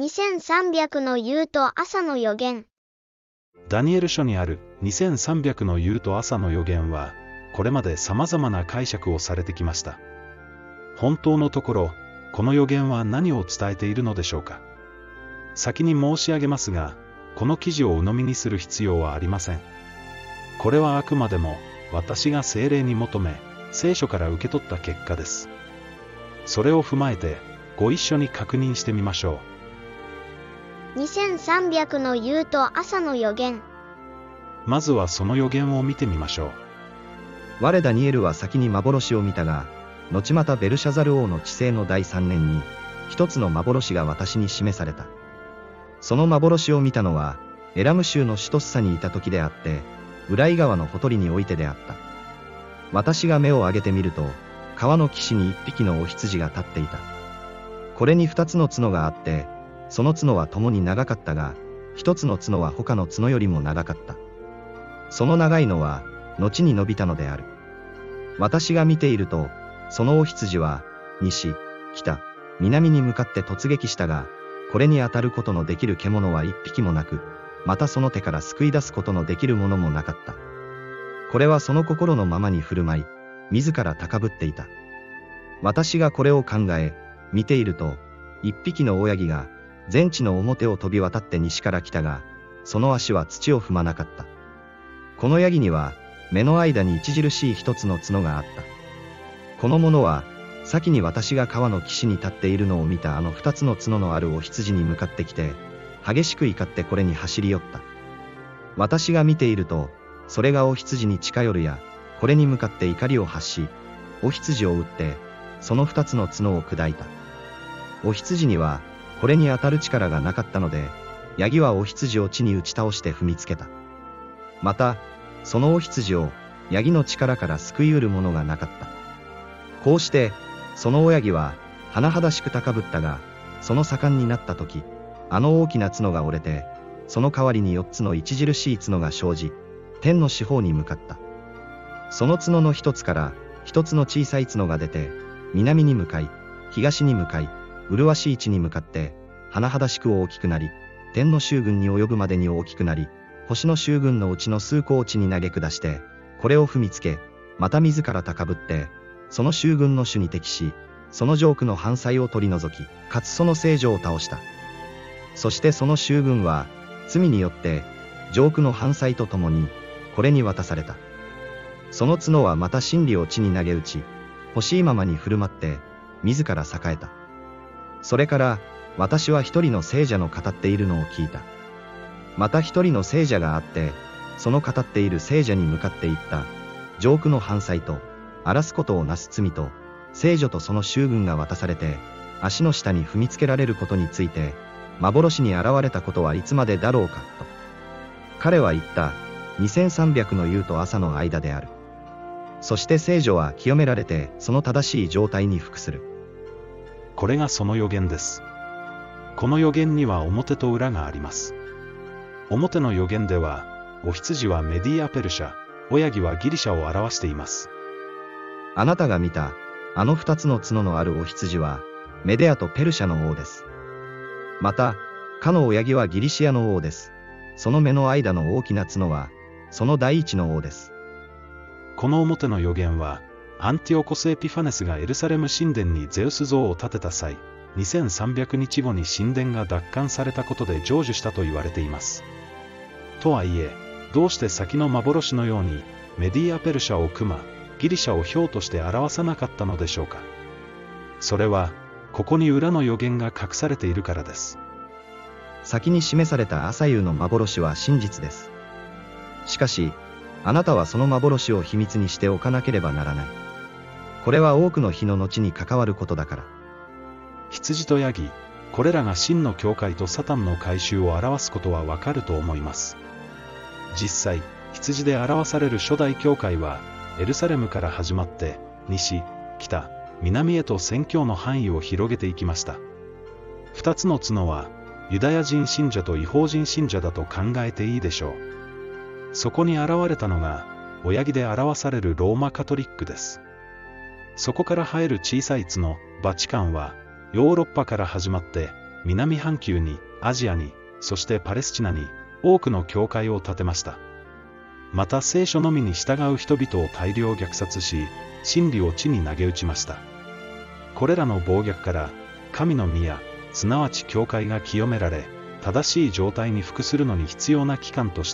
2300の夕と朝の預言。 ダニエル書にある2300の夕と朝の預言は、これまで様々な解釈をされてきました。本当のところ、この預言は何を伝えているのでしょうか。先に申し上げますが、この記事を鵜呑みにする必要はありません。これはあくまでも、私が聖霊に求め、聖書から受け取った結果です。それを踏まえて、ご一緒に確認してみましょう。2300の夕と朝の預言。 まずはその預言を見てみましょう。 我ダニエルは先に幻を見たが、後またベルシャザル王の治世の第3年に、一つの幻が私に示された。その幻を見たのは、エラム州の首都スサにいた時であって、ウライ川のほとりにおいてであった。私が目を上げてみると、川の岸に一匹のお羊が立っていた。これに二つの角があって、その角は共に長かったが、一つの角は他の角よりも長かった。その長いのは、後に伸びたのである。私が見ていると、そのお羊は、西、北、南に向かって突撃したが、これに当たることのできる獣は一匹もなく、またその手から救い出すことのできるものもなかった。これはその心のままに振る舞い、自ら高ぶっていた。私がこれを考え、見ていると、一匹の親木が、全地の表を飛び渡って西から来たが、その足は土を踏まなかった。このヤギには、目の間に著しい一つの角があった。このものは、先に私が川の岸に立っているのを見たあの二つの角のあるお羊に向かってきて、激しく怒ってこれに走り寄った。私が見ていると、それがお羊に近寄るや、これに向かって怒りを発し、お羊を撃って、その二つの角を砕いた。お羊には、これに当たる力がなかったので、ヤギはお羊を地に打ち倒して踏みつけた。また、そのお羊を、ヤギの力から救いうるものがなかった。こうして、その親木は、甚だしく高ぶったが、その盛んになった時、あの大きな角が折れて、その代わりに4つの著しい角が生じ、天の四方に向かった。その角の一つから、一つの小さい角が出て、南に向かい、東に向かい、麗しい地に向かって、甚だしく大きくなり、天の衆軍に及ぶまでに大きくなり、星の衆軍のうちの数個を地に投げ下して、これを踏みつけ、また自ら高ぶって、その衆軍の主に敵し、その上空の犯罪を取り除き、かつその聖女を倒した。そしてその衆軍は、罪によって、上空の犯罪とともに、これに渡された。その角はまた真理を地に投げ打ち、欲しいままに振る舞って、自ら栄えた。それから、私は一人の聖者の語っているのを聞いた。また一人の聖者があって、その語っている聖者に向かって言った。上空の犯罪と、荒らすことをなす罪と、聖女とその衆軍が渡されて、足の下に踏みつけられることについて、幻に現れたことはいつまでだろうか、と。彼は言った。2300の夕と朝の間である。そして聖女は清められて、その正しい状態に服する。 これがその預言です。この預言には表と裏があります。表の預言では、お羊はメディア・ペルシャ、親木はギリシャを表しています。 あなたが見た、あの二つの角のあるお羊は、メデアとペルシャの王です。また、かの親木はギリシアの王です。その目の間の大きな角は、その第一の王です。 この表の預言は、アンティオコス・エピファネスがエルサレム神殿にゼウス像を建てた際、2300日後に神殿が奪還されたことで成就したと言われています。とはいえ、どうして先の幻のように、メディア・ペルシャを熊、ギリシャをヒョウとして表さなかったのでしょうか。それは、ここに裏の預言が隠されているからです。 先に示された朝夕の幻は真実です。しかし、あなたはその幻を秘密にしておかなければならない。これは多くの日の後に関わることだから。 羊とヤギ、これらが真の教会とサタンの改宗を表すことはわかると思います。実際、羊で表される初代教会は、エルサレムから始まって、西、北、南へと宣教の範囲を広げていきました。二つの角は、ユダヤ人信者と異邦人信者だと考えていいでしょう。そこに現れたのが、親木で表されるローマカトリックです。そこから生える小さい角、バチカンは、ヨーロッパから始まって、 南半球に、アジアに、そしてパレスチナに、多くの教会を建てました。また聖書のみに従う人々を大量虐殺し、真理を地に投げ打ちました。これらの暴虐から、神の宮、すなわち教会が清められ、正しい状態に服するのに必要な期間として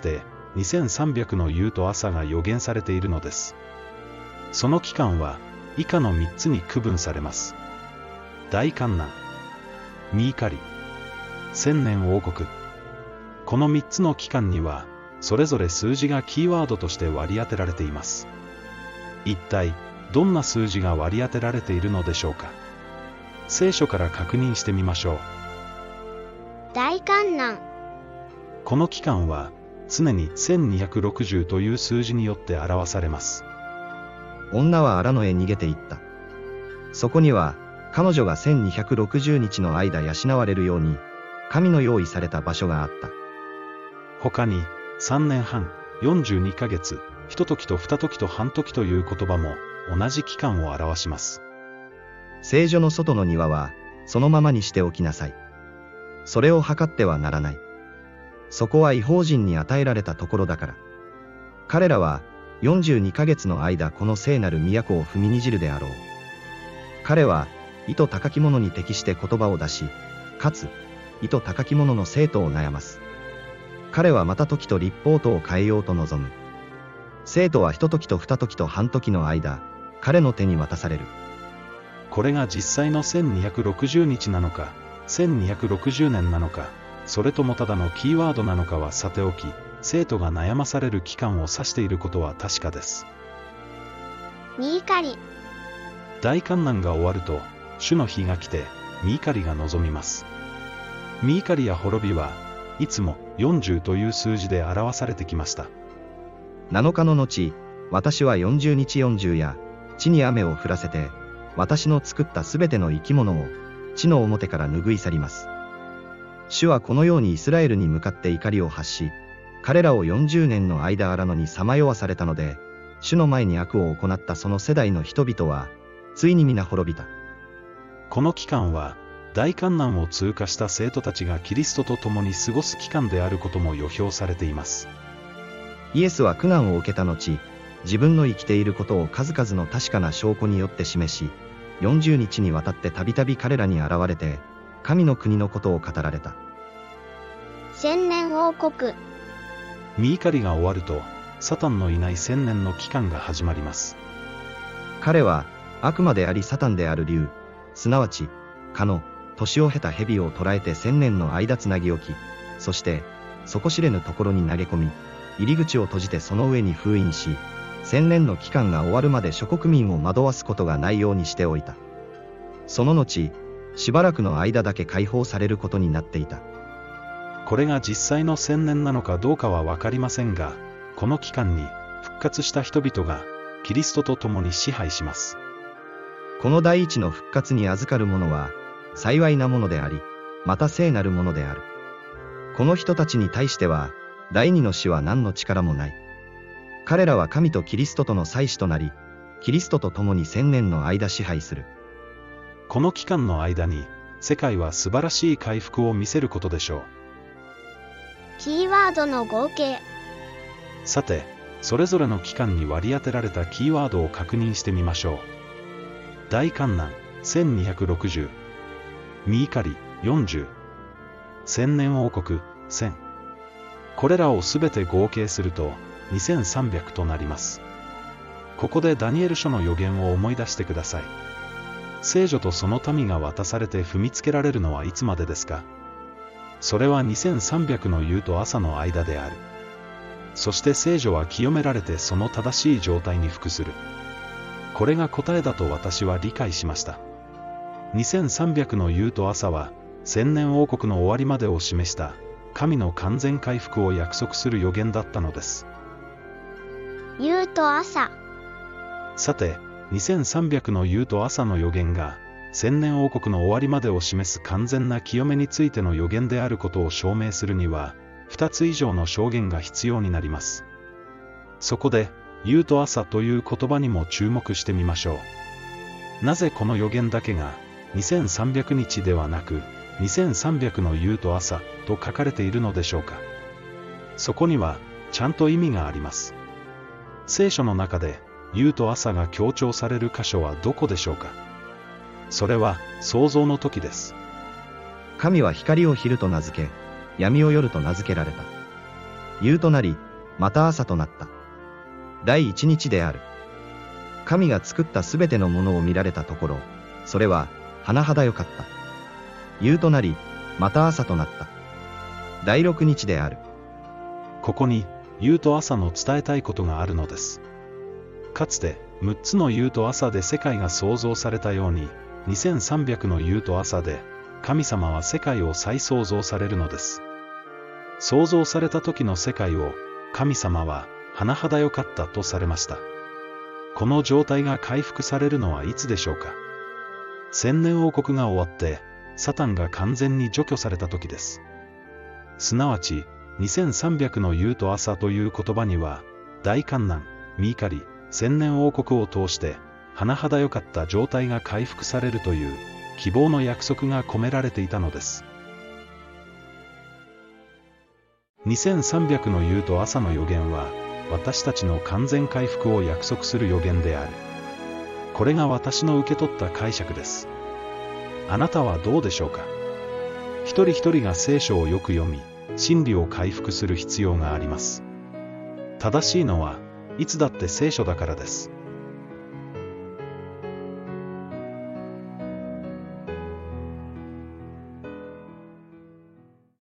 、2300の夕と朝が予言されているのです。その期間は、以下の3つに区分されます。大観難、御怒り、千年王国。この3つの期間には、それぞれ数字がキーワードとして割り当てられています。一体、どんな数字が割り当てられているのでしょうか。聖書から確認してみましょう。 大観難。 この期間は、常に1260という数字によって表されます。 女は荒野へ逃げていった。そこには、彼女が1260日の間養われるように、神の用意された場所があった。 他に、3年半、42ヶ月、一時と二時と半時という言葉も、同じ期間を表します。 聖所の外の庭は、そのままにしておきなさい。それを測ってはならない。そこは異邦人に与えられたところだから。彼らは、42ヶ月の間この聖なる都を踏みにじるであろう。彼は、意図高き者に適して言葉を出し、かつ、意図高き者の生徒を悩ます。彼はまた時と立法とを変えようと望む。生徒は一時と二時と半時の間、彼の手に渡される。 これが実際の1260日なのか、1260年なのか、それともただのキーワードなのかはさておき、生徒が悩まされる期間を指していることは確かです。 御怒り。 大観難が終わると、主の日が来て、御怒りが臨みます。御怒りや滅びはいつも40という数字で表されてきました。 7日の後、私は40日40夜、地に雨を降らせて、私の作ったすべての生き物を、地の表から拭い去ります。主はこのようにイスラエルに向かって怒りを発し、彼らを40年の間荒野にさまよわされたので、主の前に悪を行ったその世代の人々は、ついに皆滅びた。 この期間は、大観難を通過した生徒たちがキリストと共に過ごす期間であることも予表されています。 イエスは苦難を受けた後、自分の生きていることを数々の確かな証拠によって示し、40日にわたってたびたび彼らに現れて、神の国のことを語られた。 千年王国。 御怒りが終わると、サタンのいない千年の期間が始まります。 彼は、悪魔でありサタンである竜、すなわち、蚊の、年を経た蛇を捕らえて1000年の間つなぎ置き、そして、底知れぬところに投げ込み、入り口を閉じてその上に封印し、1000年の期間が終わるまで諸国民を惑わすことがないようにしておいた。その後、しばらくの間だけ解放されることになっていた。 これが実際の1000年なのかどうかはわかりませんが、この期間に復活した人々がキリストと共に支配します。 この第一の復活に預かる者は幸いなものであり、また聖なるものである。この人たちに対しては第二の死は何の力もない。彼らは神とキリストとの祭司となり、キリストと共に1000年の間支配する。 この期間の間に世界は素晴らしい回復を見せることでしょう。 キーワードの合計。 さて、それぞれの期間に割り当てられたキーワードを確認してみましょう。大観難1260、御怒り40、千年王国1000。これらをすべて合計すると2300となります。ここでダニエル書の予言を思い出してください。聖女とその民が渡されて踏みつけられるのはいつまでですか？それは2300の夕と朝の間である。そして聖女は清められてその正しい状態に服する。これが答えだと私は理解しました。2300の夕と朝は、千年王国の終わりまでを示した神の完全回復を約束する予言だったのです。 夕と朝。 さて、2300の夕と朝の予言が、千年王国の終わりまでを示す完全な清めについての予言であることを証明するには、2つ以上の証言が必要になります。そこで、夕と朝という言葉にも注目してみましょう。なぜこの予言だけが、2300日ではなく、 2300の夕と朝と書かれているのでしょうか。そこにはちゃんと意味があります。聖書の中で夕と朝が強調される箇所はどこでしょうか。それは創造の時です。 神は光を昼と名付け、闇を夜と名付けられた。夕となり、また朝となった。第一日である。神が作ったすべてのものを見られたところ、それは甚だよかった。夕となり、また朝となった。第六日である。 ここに夕と朝の伝えたいことがあるのです。かつて6つの夕と朝で世界が創造されたように、2300の夕と朝で神様は世界を再創造されるのです。創造された時の世界を神様は甚だよかったとされました。この状態が回復されるのはいつでしょうか。千年王国が終わってサタンが完全に除去された時です。すなわち2300の夕と朝という言葉には、大観難、御怒り、千年王国を通して甚だよかった状態が回復されるという希望の約束が込められていたのです。2300の夕と朝の予言は、私たちの完全回復を約束する予言である。これが私の受け取った解釈です。あなたはどうでしょうか。一人一人が聖書をよく読み、真理を回復する必要があります。正しいのはいつだって聖書だからです。